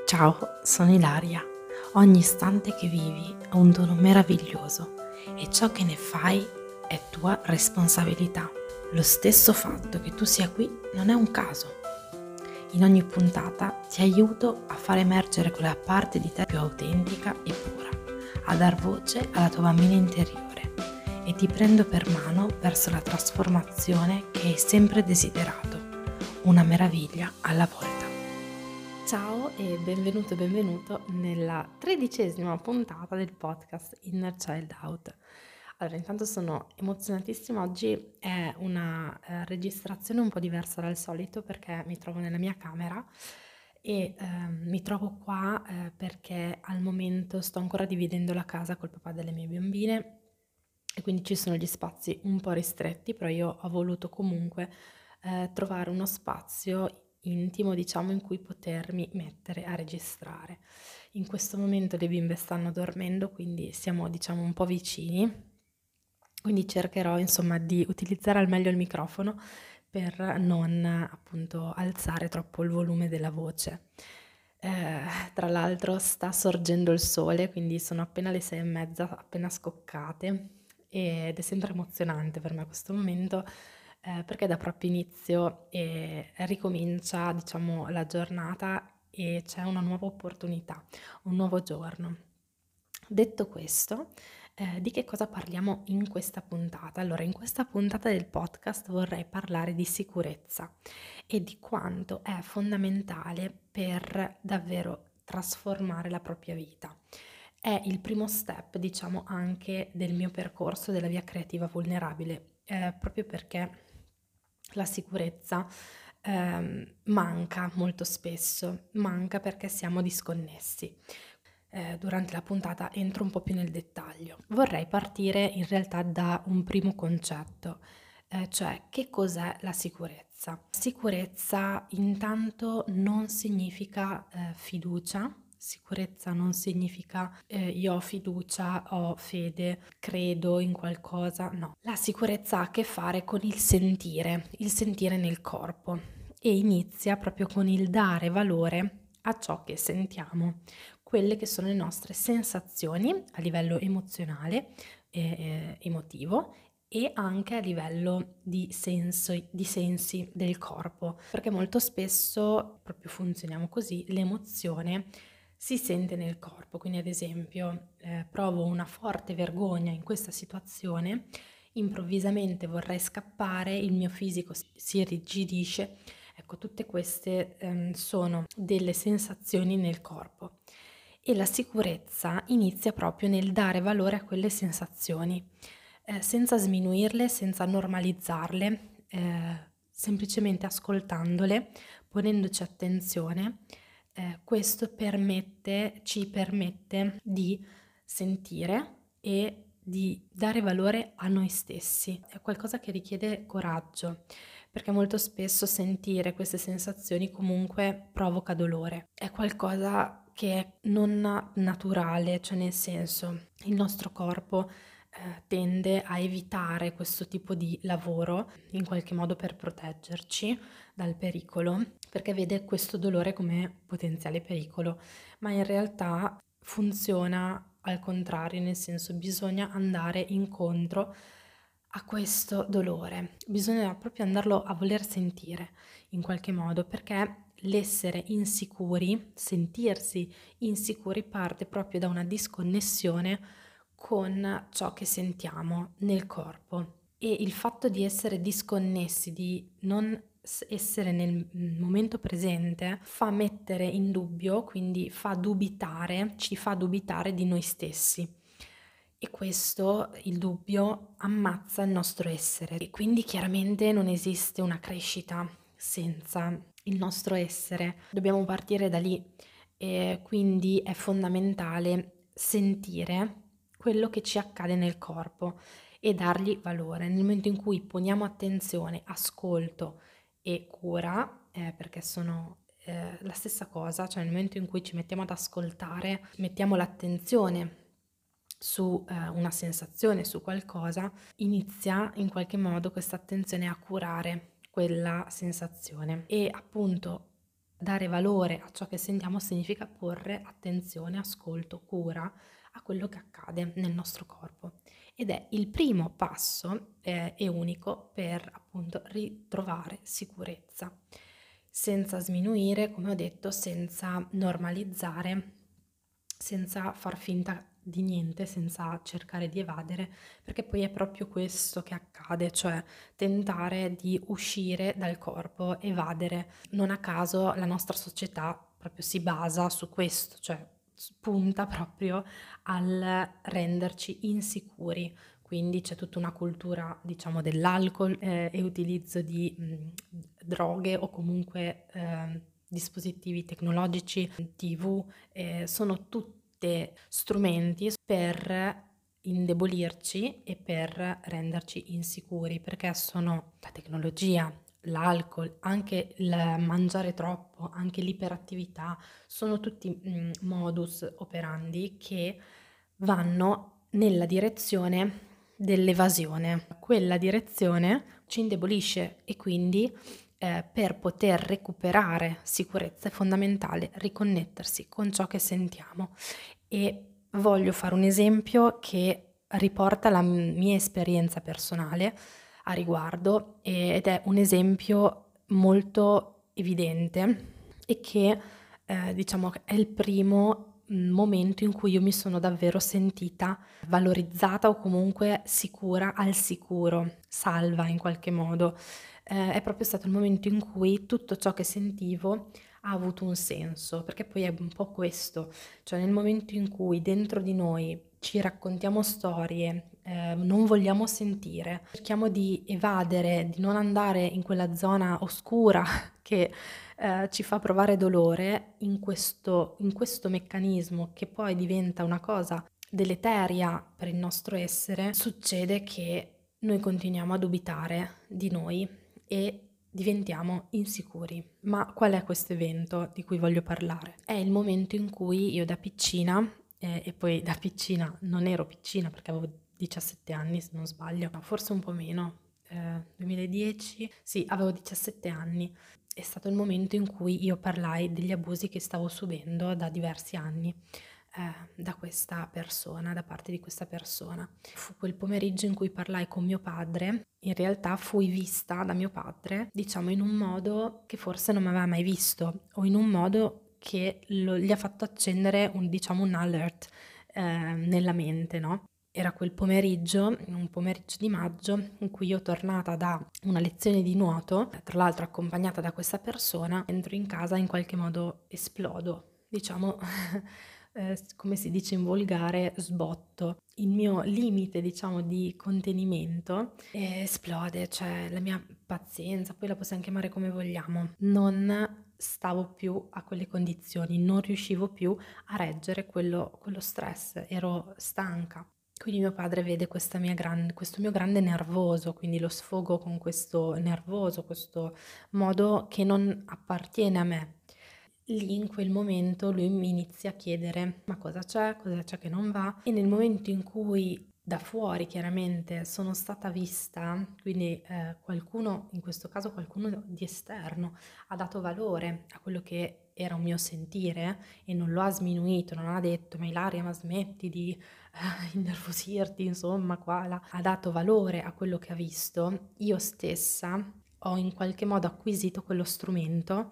Ciao, sono Ilaria. Ogni istante che vivi ha un dono meraviglioso e ciò che ne fai è tua responsabilità. Lo stesso fatto che tu sia qui non è un caso. In ogni puntata ti aiuto a far emergere quella parte di te più autentica e pura, a dar voce alla tua bambina interiore e ti prendo per mano verso la trasformazione che hai sempre desiderato, una meraviglia alla volta. Ciao e benvenuto nella 13ª puntata del podcast Inner Child Out. Allora, intanto sono emozionatissima, oggi è una registrazione un po' diversa dal solito perché mi trovo nella mia camera e mi trovo qua perché al momento sto ancora dividendo la casa col papà delle mie bambine e quindi ci sono gli spazi un po' ristretti, però io ho voluto comunque trovare uno spazio intimo, diciamo, in cui potermi mettere a registrare. In questo momento le bimbe stanno dormendo, quindi siamo, diciamo, un po' vicini, quindi cercherò, insomma, di utilizzare al meglio il microfono per non, appunto, alzare troppo il volume della voce. Tra l'altro sta sorgendo il sole, quindi sono appena le 6:30, appena scoccate, ed è sempre emozionante per me questo momento perché da proprio inizio ricomincia, diciamo, la giornata e c'è una nuova opportunità, un nuovo giorno. Detto questo, di che cosa parliamo in questa puntata? Allora, in questa puntata del podcast vorrei parlare di sicurezza e di quanto è fondamentale per davvero trasformare la propria vita. È il primo step, diciamo, anche del mio percorso della via creativa vulnerabile, proprio perché la sicurezza manca molto spesso, manca perché siamo disconnessi. Durante la puntata entro un po' più nel dettaglio. Vorrei partire in realtà da un primo concetto, cioè che cos'è la sicurezza? Sicurezza intanto non significa fiducia. Sicurezza non significa io ho fiducia, ho fede, credo in qualcosa, no. La sicurezza ha a che fare con il sentire nel corpo e inizia proprio con il dare valore a ciò che sentiamo, quelle che sono le nostre sensazioni a livello emozionale, emotivo e anche a livello di sensi del corpo, perché molto spesso proprio funzioniamo così, l'emozione si sente nel corpo, quindi ad esempio provo una forte vergogna in questa situazione, improvvisamente vorrei scappare, il mio fisico si irrigidisce, ecco tutte queste sono delle sensazioni nel corpo e la sicurezza inizia proprio nel dare valore a quelle sensazioni, senza sminuirle, senza normalizzarle, semplicemente ascoltandole, ponendoci attenzione. Questo ci permette di sentire e di dare valore a noi stessi. È qualcosa che richiede coraggio, perché molto spesso sentire queste sensazioni comunque provoca dolore. È qualcosa che è non naturale, cioè nel senso il nostro corpo tende a evitare questo tipo di lavoro in qualche modo per proteggerci dal pericolo, perché vede questo dolore come potenziale pericolo, ma in realtà funziona al contrario, nel senso bisogna andare incontro a questo dolore, bisogna proprio andarlo a voler sentire in qualche modo, perché l'essere insicuri, sentirsi insicuri parte proprio da una disconnessione con ciò che sentiamo nel corpo e il fatto di essere disconnessi, di non essere nel momento presente fa mettere in dubbio, quindi ci fa dubitare di noi stessi. E questo, il dubbio, ammazza il nostro essere e quindi chiaramente non esiste una crescita senza il nostro essere. Dobbiamo partire da lì e quindi è fondamentale sentire quello che ci accade nel corpo e dargli valore. Nel momento in cui poniamo attenzione, ascolto e cura, perché sono la stessa cosa, cioè nel momento in cui ci mettiamo ad ascoltare, mettiamo l'attenzione su una sensazione, su qualcosa, inizia in qualche modo questa attenzione a curare quella sensazione e appunto Dare valore a ciò che sentiamo significa porre attenzione, ascolto, cura a quello che accade nel nostro corpo ed è il primo passo e unico per appunto ritrovare sicurezza, senza sminuire, come ho detto, senza normalizzare, senza far finta di niente, senza cercare di evadere, perché poi è proprio questo che accade, cioè tentare di uscire dal corpo, evadere. Non a caso la nostra società proprio si basa su questo, cioè punta proprio al renderci insicuri. Quindi c'è tutta una cultura, diciamo, dell'alcol e utilizzo di droghe o comunque dispositivi tecnologici, TV, sono tutte strumenti per indebolirci e per renderci insicuri, perché sono la tecnologia, l'alcol, anche il mangiare troppo, anche l'iperattività, sono tutti modus operandi che vanno nella direzione dell'evasione. Quella direzione ci indebolisce e quindi per poter recuperare sicurezza è fondamentale riconnettersi con ciò che sentiamo. E voglio fare un esempio che riporta la mia esperienza personale a riguardo ed è un esempio molto evidente e che diciamo è il primo momento in cui io mi sono davvero sentita valorizzata o comunque sicura, al sicuro, salva in qualche modo. È proprio stato il momento in cui tutto ciò che sentivo ha avuto un senso, perché poi è un po' questo, cioè nel momento in cui dentro di noi ci raccontiamo storie, non vogliamo sentire, cerchiamo di evadere, di non andare in quella zona oscura che ci fa provare dolore, in questo meccanismo che poi diventa una cosa deleteria per il nostro essere, succede che noi continuiamo a dubitare di noi e diventiamo insicuri. Ma qual è questo evento di cui voglio parlare? È il momento in cui io da piccina, e poi da piccina non ero piccina perché avevo 17 anni se non sbaglio, no, forse un po' meno, 2010, sì, avevo 17 anni. È stato il momento in cui io parlai degli abusi che stavo subendo da diversi anni da questa persona, da parte di questa persona. Fu quel pomeriggio in cui parlai con mio padre, in realtà fui vista da mio padre, diciamo in un modo che forse non mi aveva mai visto o in un modo che gli ha fatto accendere diciamo un alert nella mente, no? Era quel pomeriggio, un pomeriggio di maggio, in cui io tornata da una lezione di nuoto, tra l'altro accompagnata da questa persona, entro in casa e in qualche modo esplodo, diciamo, come si dice in volgare, sbotto. Il mio limite, diciamo, di contenimento esplode, cioè la mia pazienza, poi la possiamo chiamare come vogliamo, non stavo più a quelle condizioni, non riuscivo più a reggere quello stress, ero stanca. Quindi mio padre vede questo mio grande nervoso, quindi lo sfogo con questo nervoso, questo modo che non appartiene a me. Lì in quel momento lui mi inizia a chiedere ma cosa c'è che non va e nel momento in cui da fuori chiaramente sono stata vista, quindi qualcuno, in questo caso qualcuno di esterno, ha dato valore a quello che era un mio sentire e non lo ha sminuito, non ha detto ma Ilaria ma smetti di innervosirti, insomma qua, là. Ha dato valore a quello che ha visto, io stessa ho in qualche modo acquisito quello strumento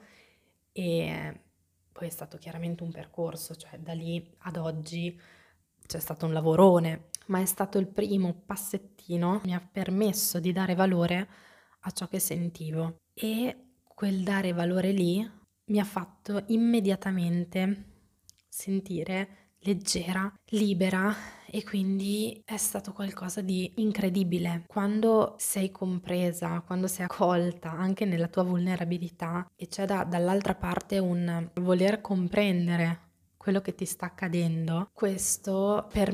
e poi è stato chiaramente un percorso, cioè da lì ad oggi c'è stato un lavorone, ma è stato il primo passettino che mi ha permesso di dare valore a ciò che sentivo e quel dare valore lì mi ha fatto immediatamente sentire leggera, libera e quindi è stato qualcosa di incredibile. Quando sei compresa, quando sei accolta anche nella tua vulnerabilità e c'è dall'altra parte un voler comprendere quello che ti sta accadendo, questo permette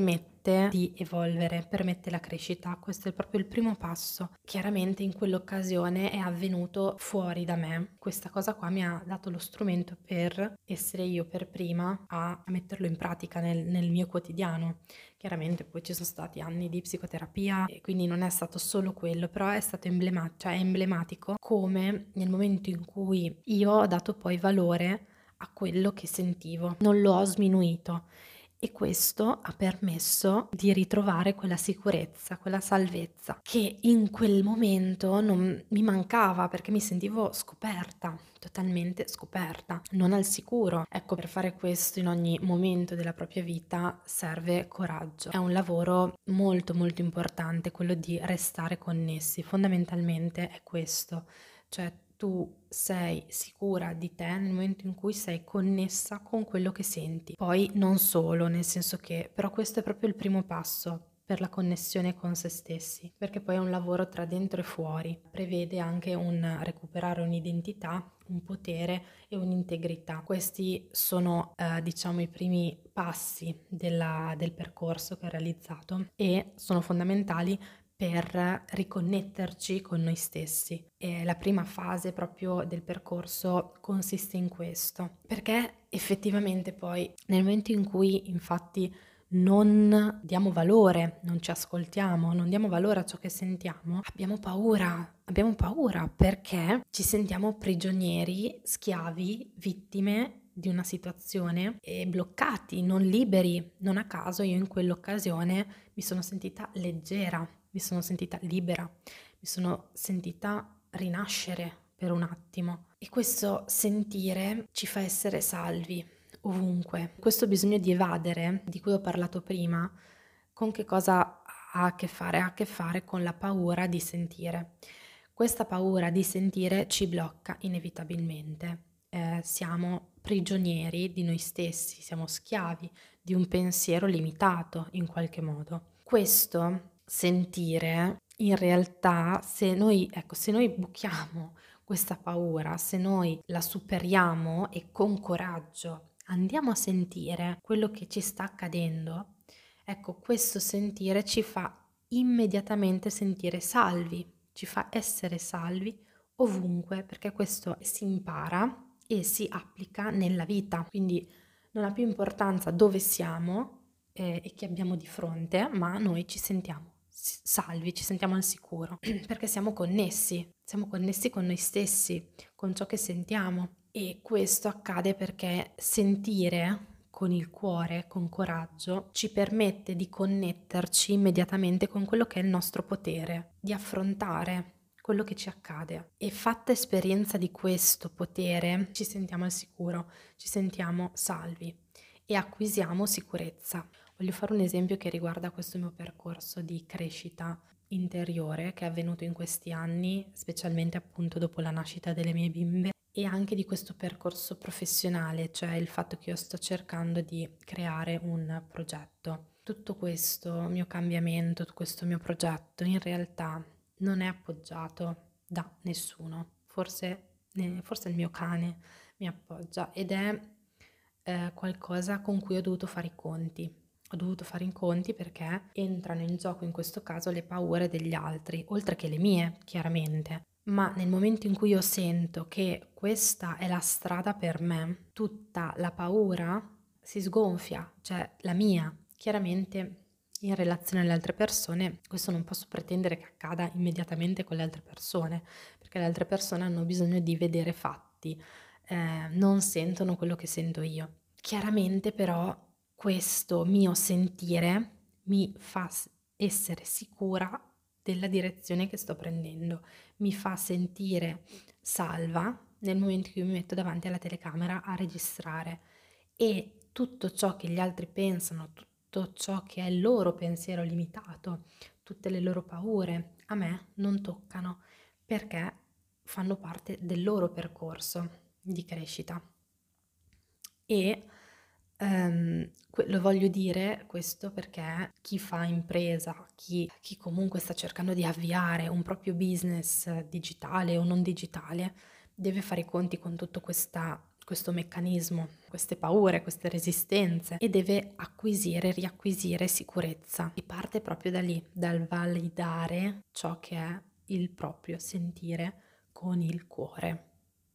permette di evolvere, permette la crescita. Questo è proprio il primo passo. Chiaramente in quell'occasione è avvenuto fuori da me. Questa cosa qua mi ha dato lo strumento per essere io per prima a metterlo in pratica nel mio quotidiano. Chiaramente poi ci sono stati anni di psicoterapia e quindi non è stato solo quello, però è stato cioè è emblematico come nel momento in cui io ho dato poi valore a quello che sentivo, non lo ho sminuito e questo ha permesso di ritrovare quella sicurezza, quella salvezza che in quel momento non mi mancava perché mi sentivo scoperta, totalmente scoperta, non al sicuro. Ecco, per fare questo in ogni momento della propria vita serve coraggio. È un lavoro molto molto importante quello di restare connessi, fondamentalmente è questo, cioè tu sei sicura di te nel momento in cui sei connessa con quello che senti. Poi non solo, nel senso che, però questo è proprio il primo passo per la connessione con se stessi, perché poi è un lavoro tra dentro e fuori, prevede anche un recuperare un'identità, un potere e un'integrità. Questi sono diciamo i primi passi del percorso che ho realizzato e sono fondamentali per riconnetterci con noi stessi. E la prima fase proprio del percorso consiste in questo, perché effettivamente poi nel momento in cui infatti non diamo valore, non ci ascoltiamo, non diamo valore a ciò che sentiamo, abbiamo paura perché ci sentiamo prigionieri, schiavi, vittime di una situazione e bloccati, non liberi. Non a caso io in quell'occasione mi sono sentita leggera, mi sono sentita libera, mi sono sentita rinascere per un attimo e questo sentire ci fa essere salvi ovunque. Questo bisogno di evadere, di cui ho parlato prima, con che cosa ha a che fare? Ha a che fare con la paura di sentire. Questa paura di sentire ci blocca inevitabilmente. Siamo prigionieri di noi stessi, siamo schiavi di un pensiero limitato in qualche modo. Questo sentire in realtà se noi buchiamo questa paura, se noi la superiamo e con coraggio andiamo a sentire quello che ci sta accadendo, ecco, questo sentire ci fa immediatamente sentire salvi, ci fa essere salvi ovunque, perché questo si impara e si applica nella vita, quindi non ha più importanza dove siamo e chi abbiamo di fronte, ma noi ci sentiamo salvi, ci sentiamo al sicuro, perché siamo connessi con noi stessi, con ciò che sentiamo e questo accade perché sentire con il cuore, con coraggio, ci permette di connetterci immediatamente con quello che è il nostro potere, di affrontare quello che ci accade e fatta esperienza di questo potere ci sentiamo al sicuro, ci sentiamo salvi e acquisiamo sicurezza. Voglio fare un esempio che riguarda questo mio percorso di crescita interiore che è avvenuto in questi anni, specialmente appunto dopo la nascita delle mie bimbe e anche di questo percorso professionale, cioè il fatto che io sto cercando di creare un progetto. Tutto questo mio cambiamento, tutto questo mio progetto in realtà non è appoggiato da nessuno, forse il mio cane mi appoggia ed è qualcosa con cui ho dovuto fare i conti. Ho dovuto fare i conti perché entrano in gioco in questo caso le paure degli altri, oltre che le mie, chiaramente. Ma nel momento in cui io sento che questa è la strada per me, tutta la paura si sgonfia, cioè la mia. Chiaramente in relazione alle altre persone, questo non posso pretendere che accada immediatamente con le altre persone, perché le altre persone hanno bisogno di vedere fatti, non sentono quello che sento io. Chiaramente però questo mio sentire mi fa essere sicura della direzione che sto prendendo, mi fa sentire salva nel momento in cui mi metto davanti alla telecamera a registrare e tutto ciò che gli altri pensano, tutto ciò che è il loro pensiero limitato, tutte le loro paure, a me non toccano perché fanno parte del loro percorso di crescita. E lo voglio dire questo perché chi fa impresa, chi comunque sta cercando di avviare un proprio business digitale o non digitale, deve fare i conti con tutta questa questo meccanismo, queste paure, queste resistenze e deve riacquisire sicurezza. E parte proprio da lì, dal validare ciò che è il proprio sentire con il cuore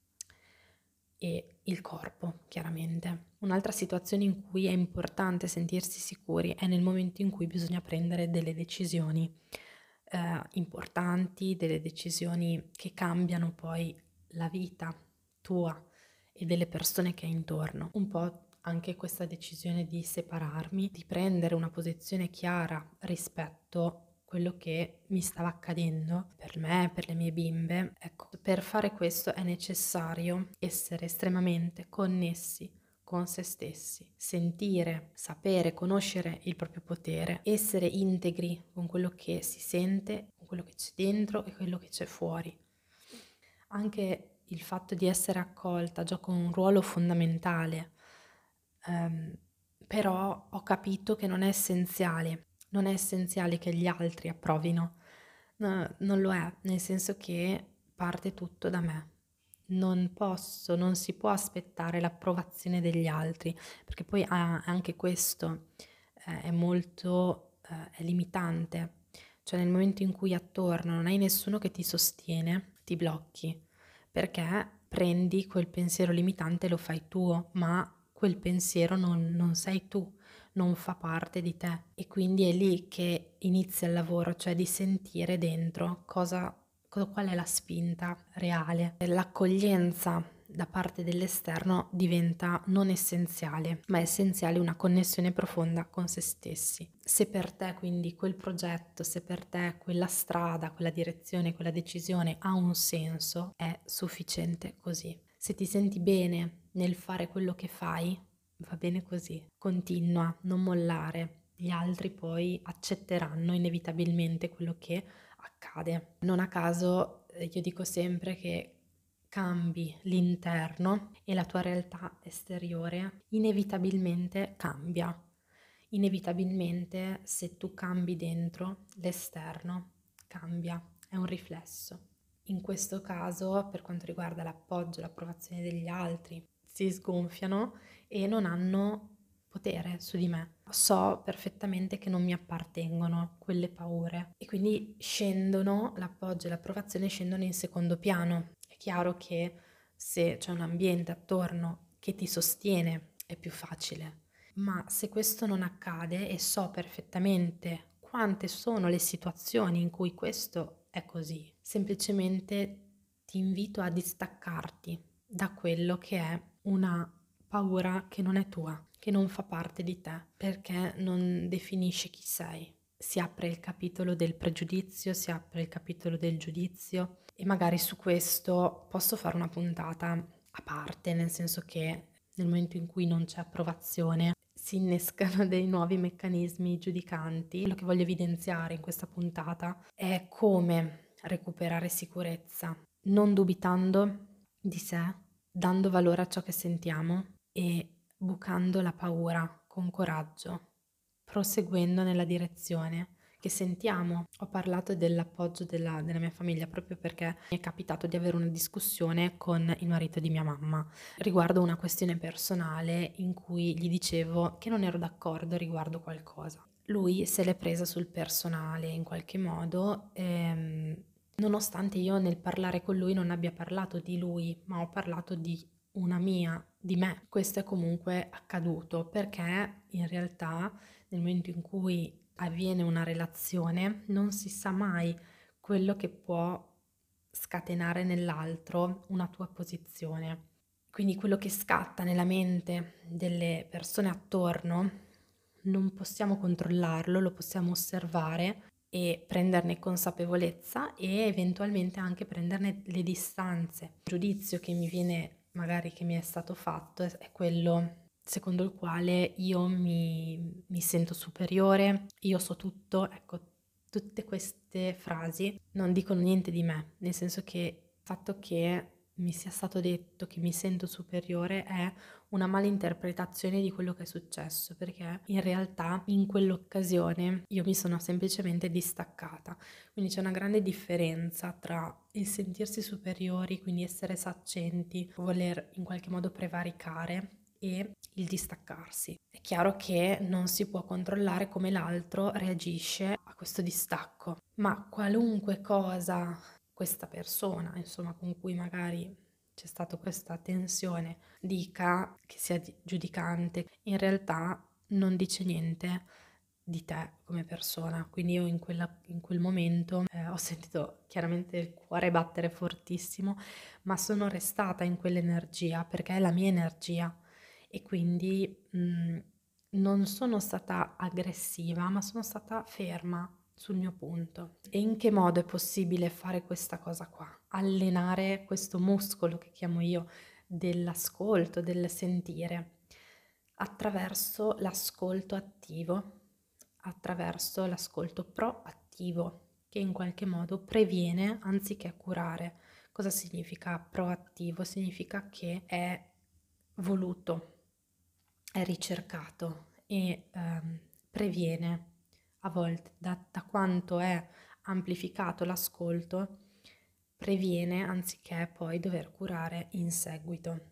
e il corpo, chiaramente. Un'altra situazione in cui è importante sentirsi sicuri è nel momento in cui bisogna prendere delle decisioni importanti, delle decisioni che cambiano poi la vita tua e delle persone che hai intorno. Un po' anche questa decisione di separarmi, di prendere una posizione chiara rispetto quello che mi stava accadendo per me, per le mie bimbe. Ecco, per fare questo è necessario essere estremamente connessi con se stessi, sentire, sapere, conoscere il proprio potere, essere integri con quello che si sente, con quello che c'è dentro e quello che c'è fuori. Anche il fatto di essere accolta gioca un ruolo fondamentale, però ho capito che non è essenziale. Non è essenziale che gli altri approvino, no, non lo è, nel senso che parte tutto da me. Non si può aspettare l'approvazione degli altri, perché poi anche questo è molto è limitante. Cioè nel momento in cui attorno non hai nessuno che ti sostiene, ti blocchi, perché prendi quel pensiero limitante e lo fai tuo, ma quel pensiero non sei tu, non fa parte di te e quindi è lì che inizia il lavoro, cioè di sentire dentro qual è la spinta reale. L'accoglienza da parte dell'esterno diventa non essenziale, ma è essenziale una connessione profonda con se stessi. Se per te quindi quel progetto, se per te quella strada, quella direzione, quella decisione ha un senso, è sufficiente così. Se ti senti bene nel fare quello che fai, va bene così. Continua, non mollare. Gli altri poi accetteranno inevitabilmente quello che accade. Non a caso io dico sempre che cambi l'interno e la tua realtà esteriore inevitabilmente cambia. Inevitabilmente se tu cambi dentro, l'esterno cambia, è un riflesso. In questo caso, per quanto riguarda l'appoggio, l'approvazione degli altri, si sgonfiano e non hanno potere su di me. So perfettamente che non mi appartengono quelle paure e quindi scendono, l'appoggio e l'approvazione scendono in secondo piano. È chiaro che se c'è un ambiente attorno che ti sostiene è più facile, ma se questo non accade e so perfettamente quante sono le situazioni in cui questo è così, semplicemente ti invito a distaccarti da quello che è una paura che non è tua, che non fa parte di te, perché non definisce chi sei. Si apre il capitolo del pregiudizio, si apre il capitolo del giudizio e magari su questo posso fare una puntata a parte, nel senso che nel momento in cui non c'è approvazione si innescano dei nuovi meccanismi giudicanti. Quello che voglio evidenziare in questa puntata è come recuperare sicurezza, non dubitando di sé, dando valore a ciò che sentiamo e bucando la paura con coraggio, proseguendo nella direzione che sentiamo. Ho parlato dell'appoggio della mia famiglia proprio perché mi è capitato di avere una discussione con il marito di mia mamma riguardo una questione personale in cui gli dicevo che non ero d'accordo riguardo qualcosa. Lui se l'è presa sul personale in qualche modo, nonostante io nel parlare con lui non abbia parlato di lui, ma ho parlato di me. Questo è comunque accaduto perché in realtà nel momento in cui avviene una relazione non si sa mai quello che può scatenare nell'altro una tua posizione. Quindi quello che scatta nella mente delle persone attorno non possiamo controllarlo, lo possiamo osservare e prenderne consapevolezza e eventualmente anche prenderne le distanze. Il giudizio che mi viene, magari che mi è stato fatto, è quello secondo il quale io mi sento superiore, io so tutto, ecco, tutte queste frasi non dicono niente di me, nel senso che il fatto che mi sia stato detto che mi sento superiore è una malinterpretazione di quello che è successo, perché in realtà in quell'occasione io mi sono semplicemente distaccata. Quindi c'è una grande differenza tra il sentirsi superiori, quindi essere saccenti, voler in qualche modo prevaricare, e il distaccarsi. È chiaro che non si può controllare come l'altro reagisce a questo distacco, ma qualunque cosa questa persona, insomma, con cui magari c'è stata questa tensione, dica, che sia giudicante, in realtà non dice niente di te come persona. Quindi io in quel momento ho sentito chiaramente il cuore battere fortissimo, ma sono restata in quell'energia perché è la mia energia e quindi non sono stata aggressiva, ma sono stata ferma sul mio punto. E in che modo è possibile fare questa cosa qua? Allenare questo muscolo che chiamo io dell'ascolto, del sentire, attraverso l'ascolto attivo, attraverso l'ascolto proattivo, che in qualche modo previene anziché curare. Cosa significa proattivo? Significa che è voluto, è ricercato e previene a volte da quanto è amplificato l'ascolto, previene anziché poi dover curare in seguito.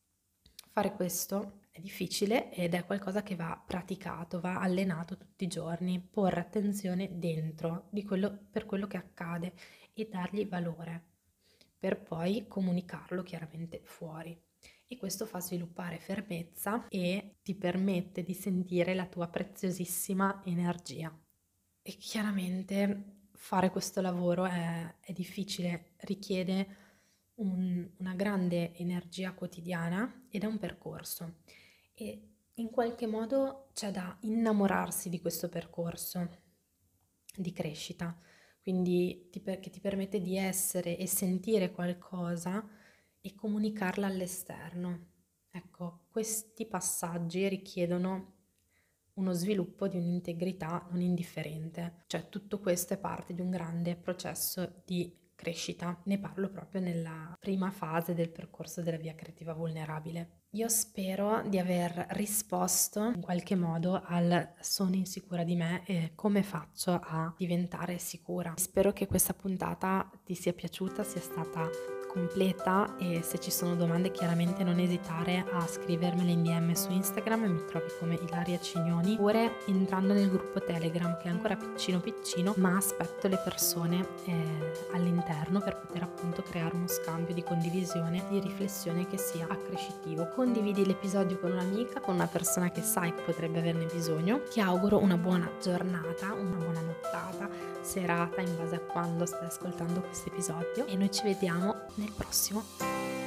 Fare questo è difficile ed è qualcosa che va praticato, va allenato tutti i giorni, porre attenzione dentro per quello che accade e dargli valore, per poi comunicarlo chiaramente fuori. E questo fa sviluppare fermezza e ti permette di sentire la tua preziosissima energia. E chiaramente fare questo lavoro è difficile, richiede una grande energia quotidiana ed è un percorso. E in qualche modo c'è da innamorarsi di questo percorso di crescita, quindi che ti permette di essere e sentire qualcosa e comunicarla all'esterno. Ecco, questi passaggi richiedono uno sviluppo di un'integrità non indifferente, cioè tutto questo è parte di un grande processo di crescita. Ne parlo proprio nella prima fase del percorso della via creativa vulnerabile. Io spero di aver risposto in qualche modo al sono insicura di me e come faccio a diventare sicura. Spero che questa puntata ti sia piaciuta, sia stata completa, e se ci sono domande chiaramente non esitare a scrivermele in DM su Instagram, mi trovi come Ilaria Cignoni, oppure entrando nel gruppo Telegram che è ancora piccino, ma aspetto le persone all'interno per poter appunto creare uno scambio di condivisione, di riflessione che sia accrescitivo. Condividi l'episodio con un'amica, con una persona che sai che potrebbe averne bisogno. Ti auguro una buona giornata, una buona nottata, serata, in base a quando stai ascoltando questo episodio, e noi ci vediamo nel prossimo.